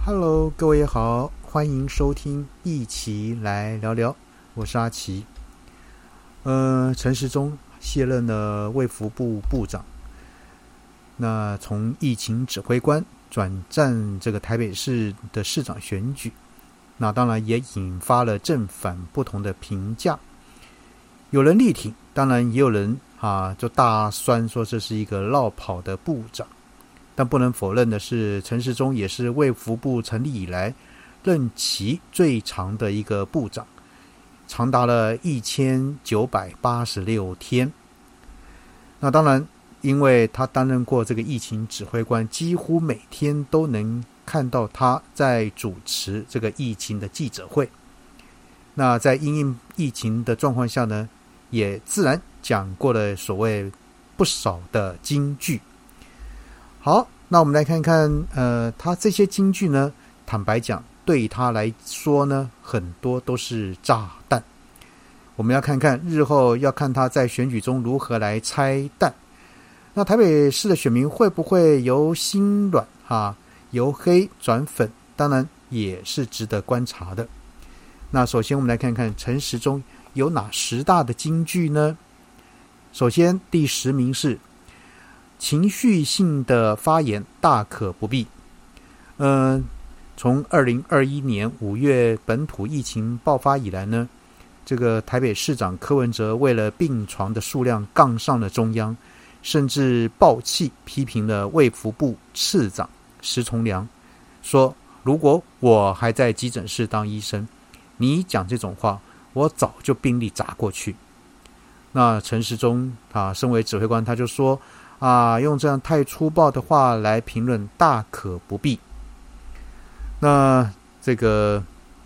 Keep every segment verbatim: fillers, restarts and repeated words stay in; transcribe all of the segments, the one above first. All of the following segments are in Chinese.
Hello， 各位好，欢迎收听一起来聊聊，我是阿奇。呃，陈时中卸任了卫福部部长，那从疫情指挥官转战这个台北市的市长选举，那当然也引发了正反不同的评价。有人力挺，当然也有人啊就大酸说这是一个落跑的部长。但不能否认的是，陈时中也是卫福部成立以来任期最长的一个部长，长达了一千九百八十六天。那当然，因为他担任过这个疫情指挥官，几乎每天都能看到他在主持这个疫情的记者会。那在因应疫情的状况下呢，也自然讲过了所谓不少的金句。好，那我们来看看，呃，他这些金句呢，坦白讲，对他来说呢，很多都是炸弹。我们要看看日后要看他在选举中如何来拆弹。那台北市的选民会不会由心软啊，由黑转粉？当然也是值得观察的。那首先我们来看看陈时中有哪十大的金句呢？首先第十名是情绪性的发言大可不必。呃，从二零二一年五月本土疫情爆发以来呢，这个台北市长柯文哲为了病床的数量杠上了中央，甚至爆气批评了卫福部次长石崇良，说如果我还在急诊室当医生，你讲这种话，我早就兵力砸过去。那陈时中啊，身为指挥官，他就说啊，用这样太粗暴的话来评论，大可不必。那这个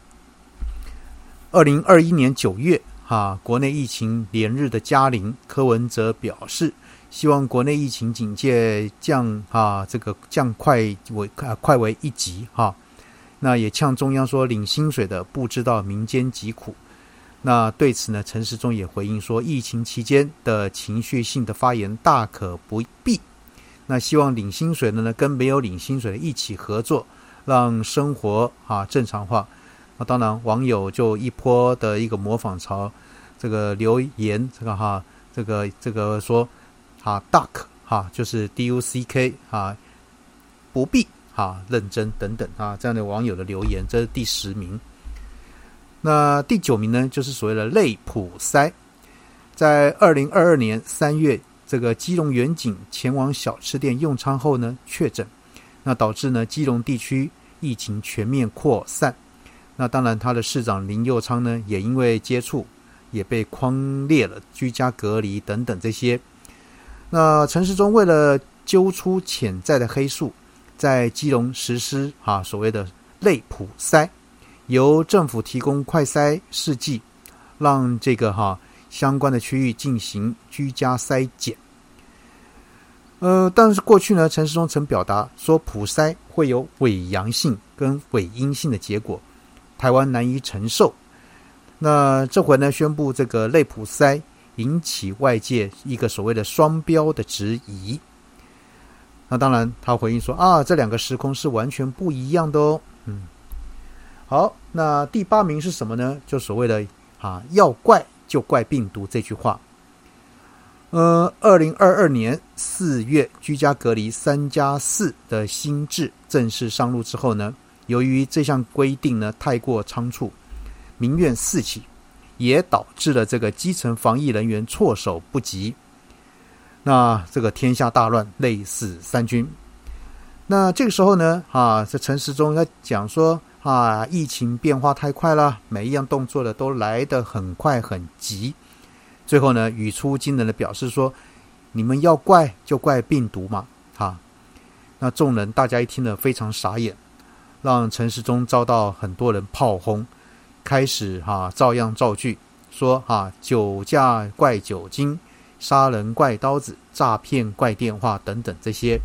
二零二一年九月啊，国内疫情连日的加零，柯文哲表示，希望国内疫情警戒降啊，这个降快为啊快为一级哈、啊。那也呛中央说，领薪水的不知道民间疾苦。那对此呢，陈时中也回应说，疫情期间的情绪性的发言大可不必。那希望领薪水的呢，跟没有领薪水的一起合作，让生活啊正常化。那当然，网友就一波的一个模仿潮，这个留言这个哈，这个这个说啊 ，duck 哈，就是 D U C K 啊，不必啊，认真等等啊，这样的网友的留言，这是第十名。那第九名呢，就是所谓的类普筛。在二零二二年三月，这个基隆远景前往小吃店用餐后呢，确诊，那导致呢基隆地区疫情全面扩散。那当然，他的市长林右昌呢，也因为接触也被匡列了居家隔离等等这些。那陈时中为了揪出潜在的黑数，在基隆实施啊所谓的类普筛。由政府提供快筛试剂，让这个哈相关的区域进行居家筛检。呃，但是过去呢，陈时中曾表达说，普筛会有伪阳性跟伪阴性的结果，台湾难以承受。那这回呢，宣布这个类普筛，引起外界一个所谓的双标的质疑。那当然，他回应说啊，这两个时空是完全不一样的哦。嗯。好，那第八名是什么呢？就所谓的啊，要怪就怪病毒这句话。呃，二零二二年四月，居家隔离三加四的新制正式上路之后呢，由于这项规定呢太过仓促，民怨四起，也导致了这个基层防疫人员措手不及。那这个天下大乱，累死三军。那这个时候呢，啊，这陈时中要讲说。啊，疫情变化太快了，每一样动作的都来得很快很急。最后呢，语出惊人的表示说：“你们要怪就怪病毒嘛！”哈，那众人大家一听了非常傻眼，让陈时中遭到很多人炮轰，开始哈、啊、照样造句，说哈、啊、酒驾怪酒精，杀人怪刀子，诈骗怪电话等等这些。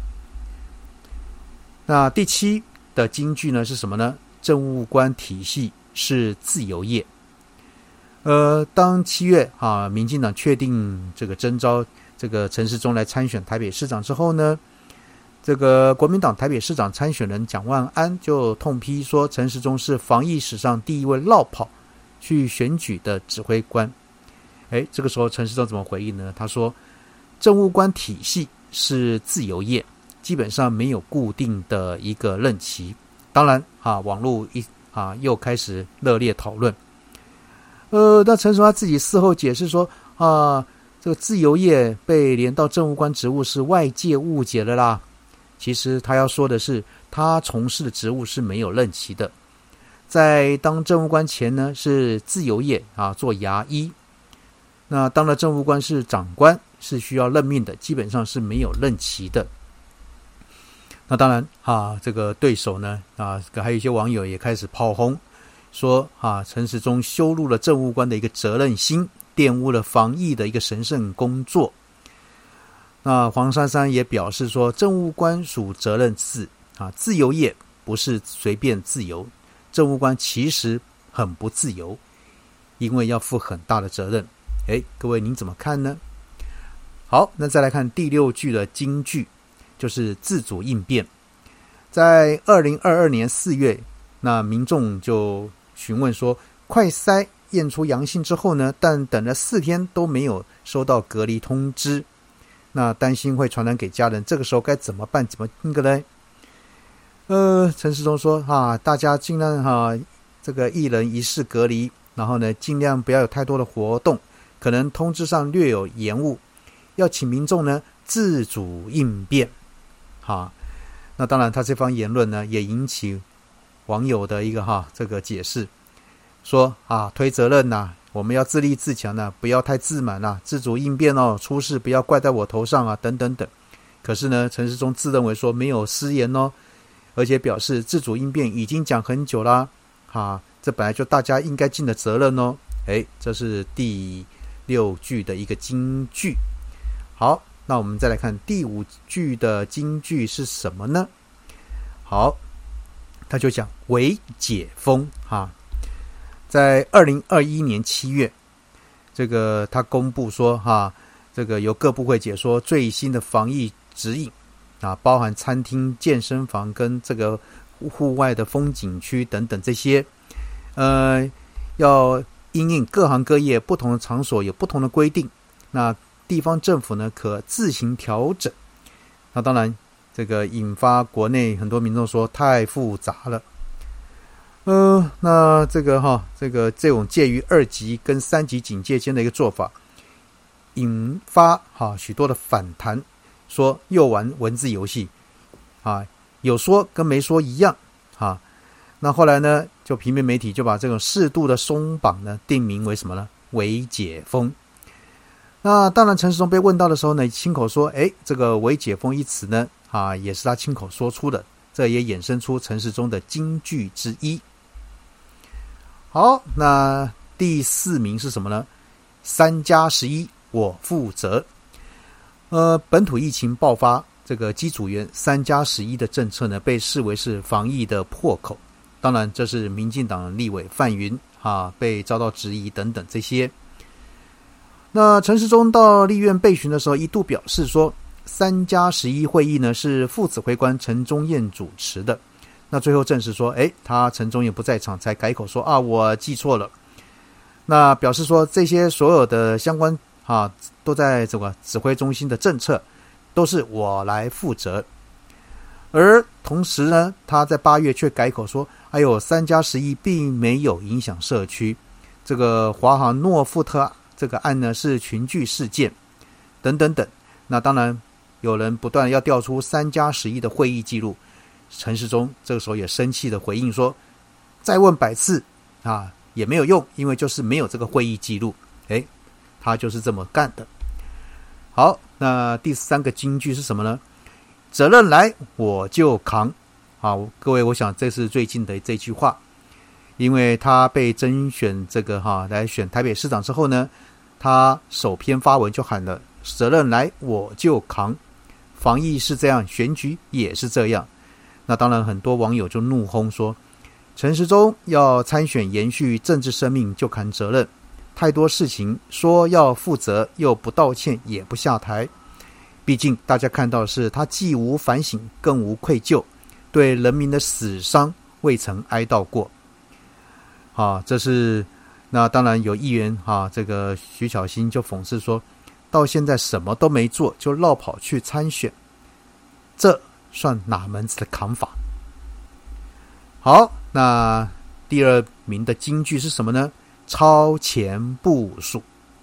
那第七的金句呢是什么呢？政务官体系是自由业。呃，当七月啊，民进党确定这个征召这个陈时中来参选台北市长之后呢， 这个国民党台北市长参选人蒋万安就痛批说，陈时中是防疫史上第一位落跑去选举的指挥官。诶，这个时候陈时中怎么回应呢？他说，政务官体系是自由业，基本上没有固定的一个任期。当然啊，网络一啊又开始热烈讨论。呃，那陈时中他自己事后解释说啊，这个自由业被连到政务官职务是外界误解了啦。其实他要说的是，他从事的职务是没有任期的。在当政务官前呢，是自由业啊，做牙医。那当了政务官是长官，是需要任命的，基本上是没有任期的。那当然啊，这个对手呢啊，还有一些网友也开始炮轰，说啊，陈时中羞辱了政务官的一个责任心，玷污了防疫的一个神圣工作。那黄珊珊也表示说，政务官属责任制啊，自由业不是随便自由，政务官其实很不自由，因为要负很大的责任。诶，各位您怎么看呢？好，那再来看第六句的金句，就是自主应变。在二零二二年四月，那民众就询问说，快筛验出阳性之后呢，但等了四天都没有收到隔离通知，那担心会传染给家人，这个时候该怎么办？怎么那个呢？呃，陈时中说啊，大家尽量哈、啊，这个一人一室隔离，然后呢，尽量不要有太多的活动，可能通知上略有延误，要请民众呢自主应变。哈，那当然，他这番言论呢，也引起网友的一个哈这个解释，说啊，推责任呐、啊。我们要自立自强呢、啊，不要太自满啊，自主应变哦，出事不要怪在我头上啊，等等等。可是呢，陈时中自认为说没有失言哦，而且表示自主应变已经讲很久啦，啊，这本来就大家应该尽的责任哦。诶，这是第六句的一个金句。好，那我们再来看第五句的金句是什么呢？好，他就讲微解封哈。在二零二一年七月，这个他公布说哈，这个由各部会解说最新的防疫指引啊，包含餐厅、健身房跟这个户外的风景区等等这些，呃，要因应各行各业不同的场所有不同的规定，那地方政府呢可自行调整。那当然，这个引发国内很多民众说太复杂了。呃，那这个哈，这个这种介于二级跟三级警戒间的一个做法，引发哈许多的反弹，说又玩文字游戏啊，有说跟没说一样啊。那后来呢，就平面媒体就把这种适度的松绑呢，定名为什么呢？微解封。那当然，陈时中被问到的时候呢，亲口说，诶，这个微解封一词呢，啊，也是他亲口说出的，这也衍生出陈时中的金句之一。好，那第四名是什么呢？三加十一，我负责。呃，本土疫情爆发，这个机组员三加十一的政策呢，被视为是防疫的破口。当然，这是民进党立委范云啊，被遭到质疑等等这些。那陈时中到立院备询的时候，一度表示说，三加十一会议呢是副指挥官陈宗彦主持的。那最后证实说，诶，他陈宗彦不在场，才改口说啊，我记错了。那表示说，这些所有的相关啊，都在这个指挥中心的政策，都是我来负责。而同时呢，他在八月却改口说，哎呦，三加十一并没有影响社区，这个华航诺富特这个案呢是群聚事件，等等等。那当然，有人不断要调出三加十一的会议记录。陈时中这个时候也生气的回应说，再问百次啊也没有用，因为就是没有这个会议记录。诶，他就是这么干的。好，那第三个金句是什么呢？责任来我就扛。好，各位，我想这是最近的这句话，因为他被甄选这个哈来选台北市长之后呢，他首篇发文就喊了责任来我就扛，防疫是这样，选举也是这样。那当然，很多网友就怒轰说，陈时中要参选延续政治生命就扛责任，太多事情说要负责又不道歉也不下台， 毕竟大家看到的是他既无反省，更无愧疚，对人民的死伤未曾哀悼过。啊，这是那当然有议员啊，这个徐巧芯就讽刺说，到现在什么都没做就绕跑去参选，这算哪门子的扛法？好，那第二名的金句是什么呢？超前部署。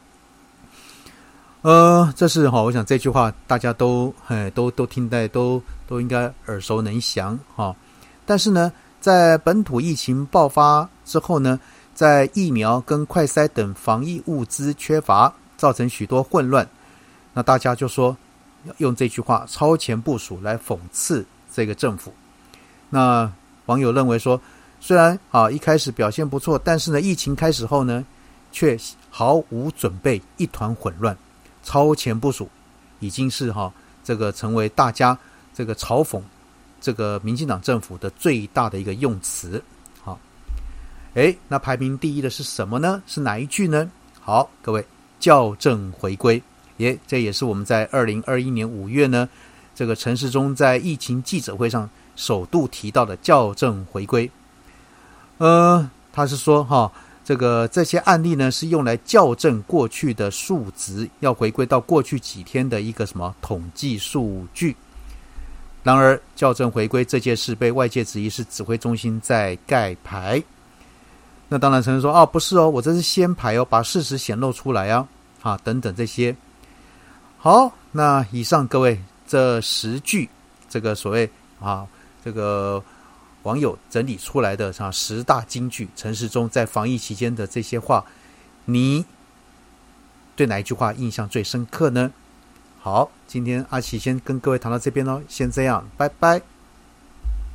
呃，这是哈，我想这句话大家都哎都都听在都都应该耳熟能详哈。但是呢，在本土疫情爆发之后呢，在疫苗跟快筛等防疫物资缺乏，造成许多混乱。那大家就说用这句话超前部署来讽刺这个政府。那网友认为说，虽然啊一开始表现不错，但是呢疫情开始后呢，却毫无准备，一团混乱。超前部署已经是哈、啊、这个成为大家这个嘲讽这个民进党政府的最大的一个用词。好，诶，那排名第一的是什么呢？是哪一句呢？好，各位，校正回归。也这也是我们在二零二一年五月呢，这个陈时中在疫情记者会上首度提到的校正回归。呃，他是说哈。这个这些案例呢，是用来校正过去的数值，要回归到过去几天的一个什么统计数据。然而，校正回归这件事被外界质疑是指挥中心在盖牌。那当然，陈说啊，不是哦，我这是先排哦，把事实显露出来啊，啊等等这些。好，那以上各位这十句这个所谓啊这个。网友整理出来的啊十大金句，陈时中在防疫期间的这些话，你对哪一句话印象最深刻呢？好，今天阿奇先跟各位谈到这边咯，先这样，拜拜。